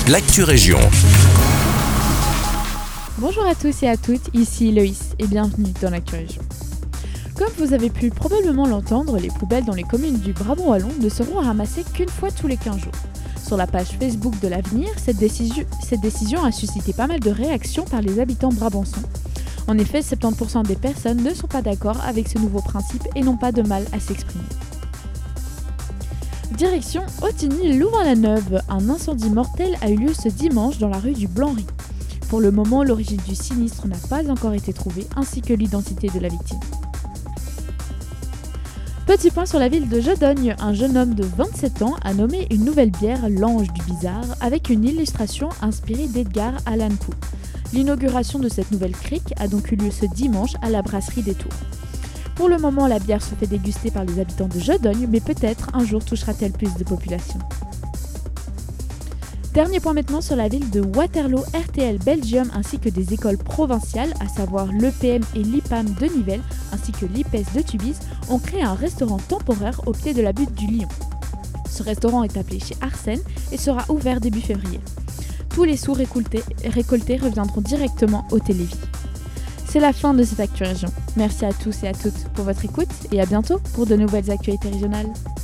l'actu région. Bonjour à tous et à toutes, ici Loïs et bienvenue dans l'actu région. Comme vous avez pu probablement l'entendre, les poubelles dans les communes du Brabant wallon ne seront ramassées qu'une fois tous les 15 jours. Sur la page Facebook de l'Avenir, cette décision a suscité pas mal de réactions par les habitants brabançons. En effet, 70% des personnes ne sont pas d'accord avec ce nouveau principe et n'ont pas de mal à s'exprimer. Direction Ottignies-Louvain-la-Neuve, un incendie mortel a eu lieu ce dimanche dans la rue du Blanry. Pour le moment, l'origine du sinistre n'a pas encore été trouvée, ainsi que l'identité de la victime. Petit point sur la ville de Jodogne, un jeune homme de 27 ans a nommé une nouvelle bière l'Ange du Bizarre avec une illustration inspirée d'Edgar Allan Poe. L'inauguration de cette nouvelle crique a donc eu lieu ce dimanche à la brasserie des Tours. Pour le moment, la bière se fait déguster par les habitants de Jodogne, mais peut-être un jour touchera-t-elle plus de population. Dernier point maintenant sur la ville de Waterloo, RTL Belgium ainsi que des écoles provinciales, à savoir l'EPM et l'IPAM de Nivelles ainsi que l'IPES de Tubize, ont créé un restaurant temporaire au pied de la butte du Lion. Ce restaurant est appelé chez Arsène et sera ouvert début février. Tous les sous récoltés reviendront directement au Télévis. C'est la fin de cette Actu Région. Merci à tous et à toutes pour votre écoute et à bientôt pour de nouvelles actualités régionales.